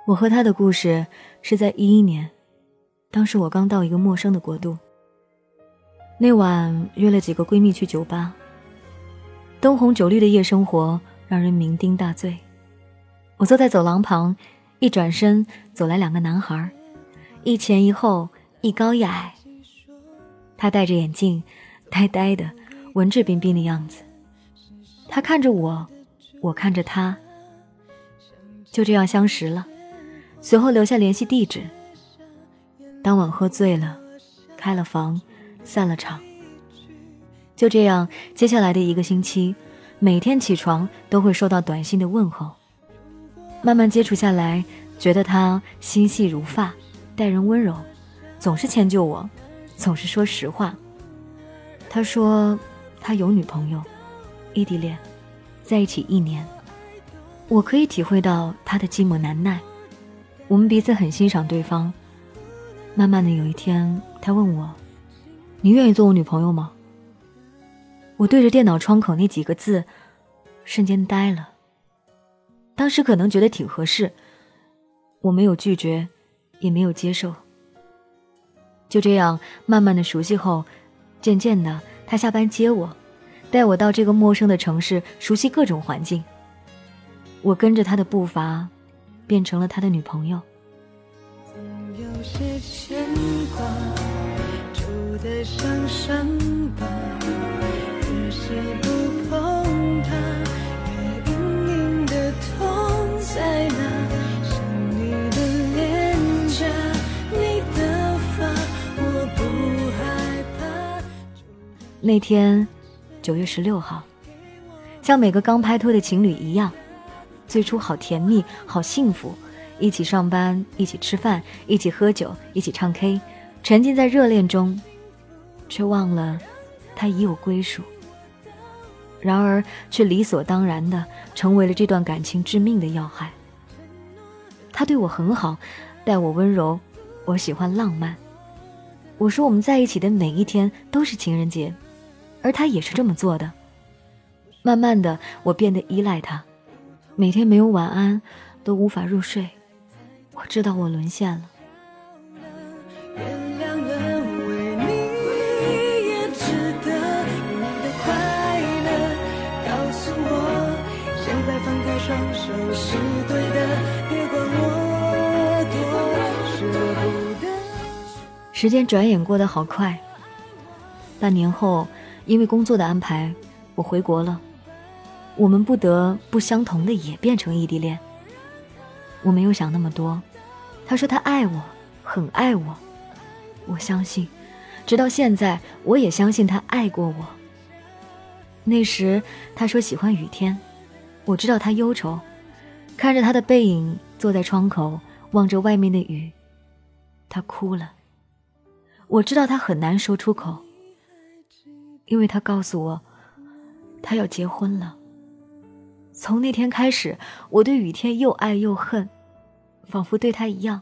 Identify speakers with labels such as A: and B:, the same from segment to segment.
A: 我和他的故事是在2011年，当时我刚到一个陌生的国度。那晚约了几个闺蜜去酒吧，灯红酒绿的夜生活让人酩酊大醉。我坐在走廊旁，一转身走来2个男孩，一前一后，一高一矮。他戴着眼镜，呆呆的，文质彬彬的样子。他看着我，我看着他，就这样相识了，随后留下联系地址。当晚喝醉了，开了房，散了场。就这样，接下来的1个星期，每天起床都会收到短信的问候。慢慢接触下来，觉得他心细如发，待人温柔，总是迁就我，总是说实话。他说他有女朋友，异地恋，在一起1年。我可以体会到他的寂寞难耐，我们彼此很欣赏对方。慢慢的有一天，他问我，你愿意做我女朋友吗？我对着电脑窗口那几个字瞬间呆了。当时可能觉得挺合适，我没有拒绝，也没有接受。就这样慢慢的熟悉后，渐渐的他下班接我，带我到这个陌生的城市，熟悉各种环境。我跟着他的步伐，变成了他的女朋友。
B: 总有些牵挂，住得像伤疤，越是不碰它，越隐隐的痛在哪？想你的脸颊，你的发，我不害怕。
A: 那天9月16号，像每个刚拍拖的情侣一样，最初好甜蜜，好幸福，一起上班，一起吃饭，一起喝酒，一起唱 K， 沉浸在热恋中，却忘了他已有归属。然而却理所当然地成为了这段感情致命的要害。他对我很好，待我温柔，我喜欢浪漫。我说我们在一起的每一天都是情人节，而他也是这么做的。慢慢的，我变得依赖他，每天没有晚安都无法入睡。我知道我沦陷了。
B: 原谅了，为你也值得你的快乐。告诉我，现在放开双手是对的，别管我多舍不得。
A: 时间转眼过得好快，半年后，因为工作的安排，我回国了。我们不得不相同的也变成异地恋。我没有想那么多，他说他爱我，很爱我，我相信，直到现在我也相信他爱过我。那时他说喜欢雨天，我知道他忧愁，看着他的背影坐在窗口，望着外面的雨，他哭了。我知道他很难说出口，因为他告诉我他要结婚了。从那天开始，我对雨天又爱又恨，仿佛对他一样。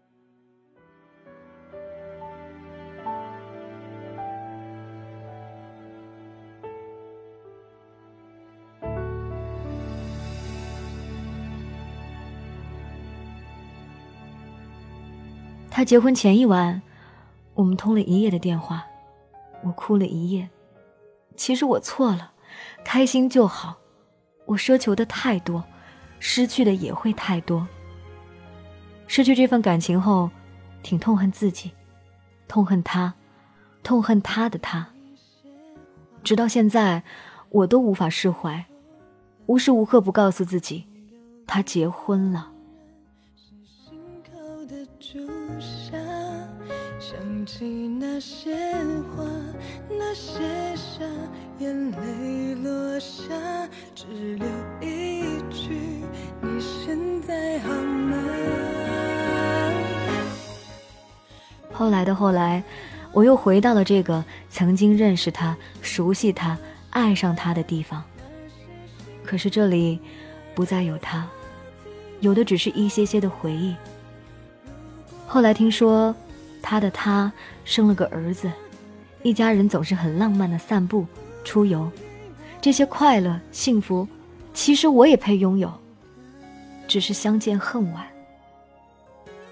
A: 他结婚前1晚，我们通了1夜的电话，我哭了1夜。其实我错了，开心就好。我奢求的太多，失去的也会太多。失去这份感情后，挺痛恨自己，痛恨他，痛恨他的他。直到现在，我都无法释怀，无时无刻不告诉自己，他结婚了。
B: 心口的朱砂，想起那些话，那些沙，眼泪落下，只留一句，你现在好吗？
A: 后来的后来，我又回到了这个曾经认识他、熟悉他、爱上他的地方。可是这里不再有他，有的只是一些些的回忆。后来听说他的他生了个儿子，一家人总是很浪漫的散步出游，这些快乐幸福其实我也配拥有，只是相见恨晚。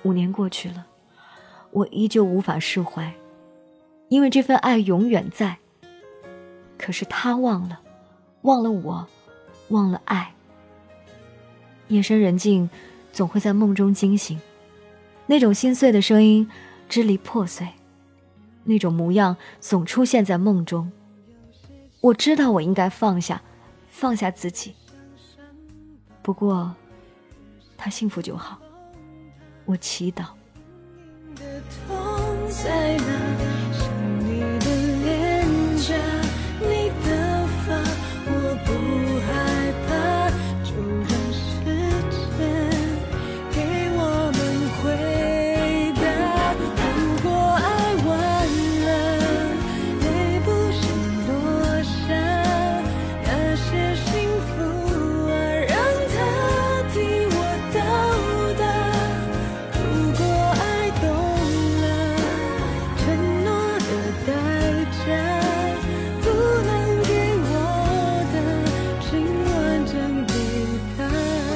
A: 5年过去了，我依旧无法释怀，因为这份爱永远在，可是他忘了我，忘了爱。夜深人静，总会在梦中惊醒，那种心碎的声音支离破碎，那种模样总出现在梦中。我知道我应该放下自己，不过他幸福就好，我祈祷。
B: 在那想你的脸颊，你的发，我不害怕，就让时间给我们回答。如果爱完了，泪不想落下，那些幸福啊，让它替我到达。如果爱懂了，承诺的代价，不能给我的，请完整给他。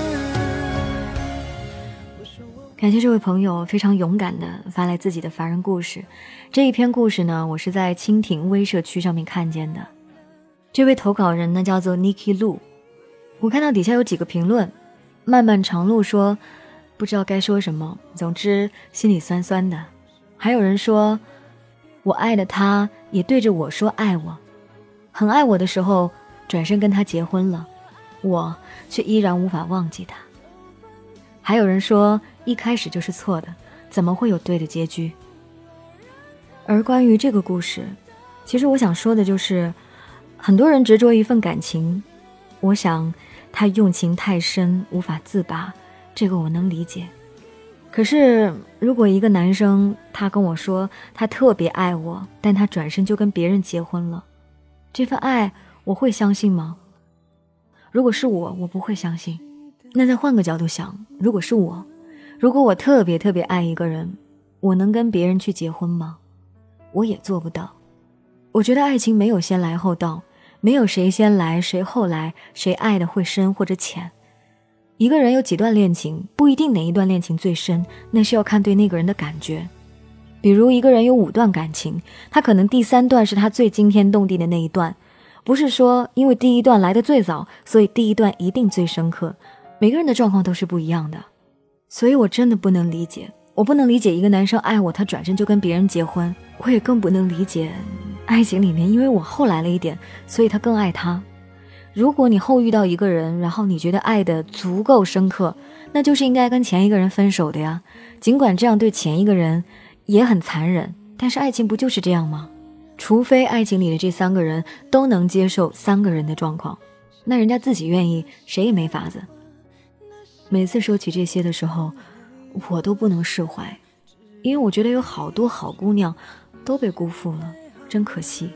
A: 感谢这位朋友非常勇敢地发来自己的凡人故事。这一篇故事呢，我是在蜻蜓微社区上面看见的。这位投稿人呢叫做 Niki Lu， 我看到底下有几个评论，漫漫长路说不知道该说什么，总之心里酸酸的。还有人说我爱的他也对着我说爱我，很爱我的时候转身跟他结婚了，我却依然无法忘记他。还有人说一开始就是错的，怎么会有对的结局？而关于这个故事，其实我想说的就是，很多人执着一份感情，我想他用情太深，无法自拔，这个我能理解。可是如果一个男生他跟我说他特别爱我，但他转身就跟别人结婚了，这份爱我会相信吗？如果是我不会相信。那再换个角度想，如果是我，如果我特别特别爱一个人，我能跟别人去结婚吗？我也做不到。我觉得爱情没有先来后到，没有谁先来谁后来，谁爱的会深或者浅。一个人有几段恋情，不一定哪一段恋情最深，那是要看对那个人的感觉。比如一个人有5段感情，他可能第3段是他最惊天动地的那一段，不是说因为第1段来得最早，所以第1段一定最深刻。每个人的状况都是不一样的，所以我真的不能理解。我不能理解一个男生爱我，他转身就跟别人结婚。我也更不能理解爱情里面因为我后来了一点，所以他更爱他。如果你后遇到一个人，然后你觉得爱的足够深刻，那就是应该跟前一个人分手的呀。尽管这样对前一个人也很残忍，但是爱情不就是这样吗？除非爱情里的这3个人都能接受3个人的状况，那人家自己愿意，谁也没法子。每次说起这些的时候，我都不能释怀，因为我觉得有好多好姑娘都被辜负了，真可惜。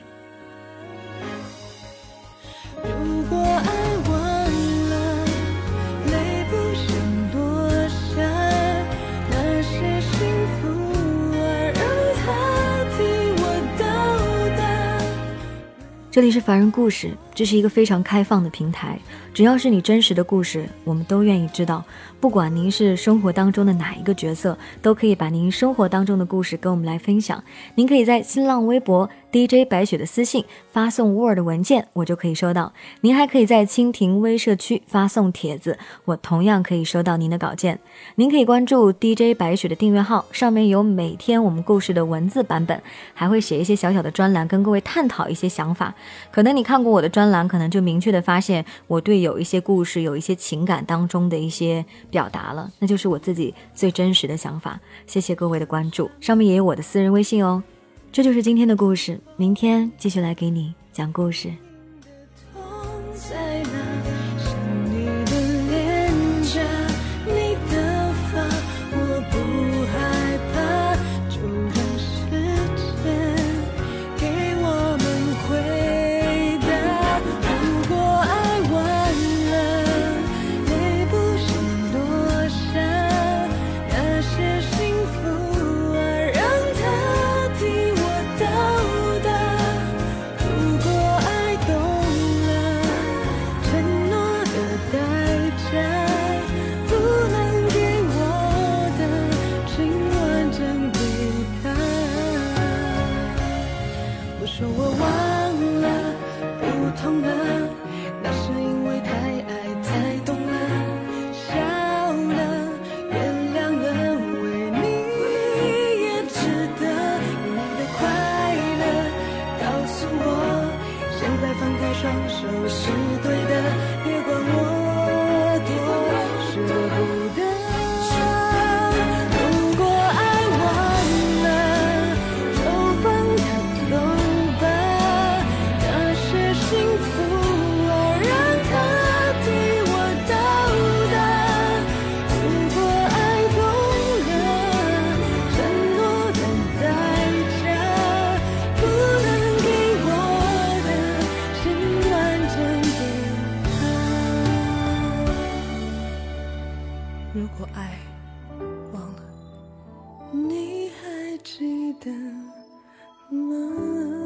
B: 如果爱完了，泪不想落下，那些幸福啊，让它替我到达。
A: 这里是凡人故事，这是一个非常开放的平台，只要是你真实的故事，我们都愿意知道。不管您是生活当中的哪一个角色，都可以把您生活当中的故事跟我们来分享。您可以在新浪微博 DJ 白雪的私信发送 Word 文件，我就可以收到。您还可以在蜻蜓微社区发送帖子，我同样可以收到您的稿件。您可以关注 DJ 白雪的订阅号，上面有每天我们故事的文字版本，还会写一些小小的专栏，跟各位探讨一些想法。可能你看过我的专栏，可能就明确的发现我对有一些故事，有一些情感当中的一些表达了，那就是我自己最真实的想法。谢谢各位的关注，上面也有我的私人微信哦。这就是今天的故事，明天继续来给你讲故事。
B: 在那想你的脸颊，你的发，我不害怕，就让时间给我们回答。如果爱完了，泪不想落下，那些幸福啊，让它替我到达。如果爱如果爱忘了，你还记得吗？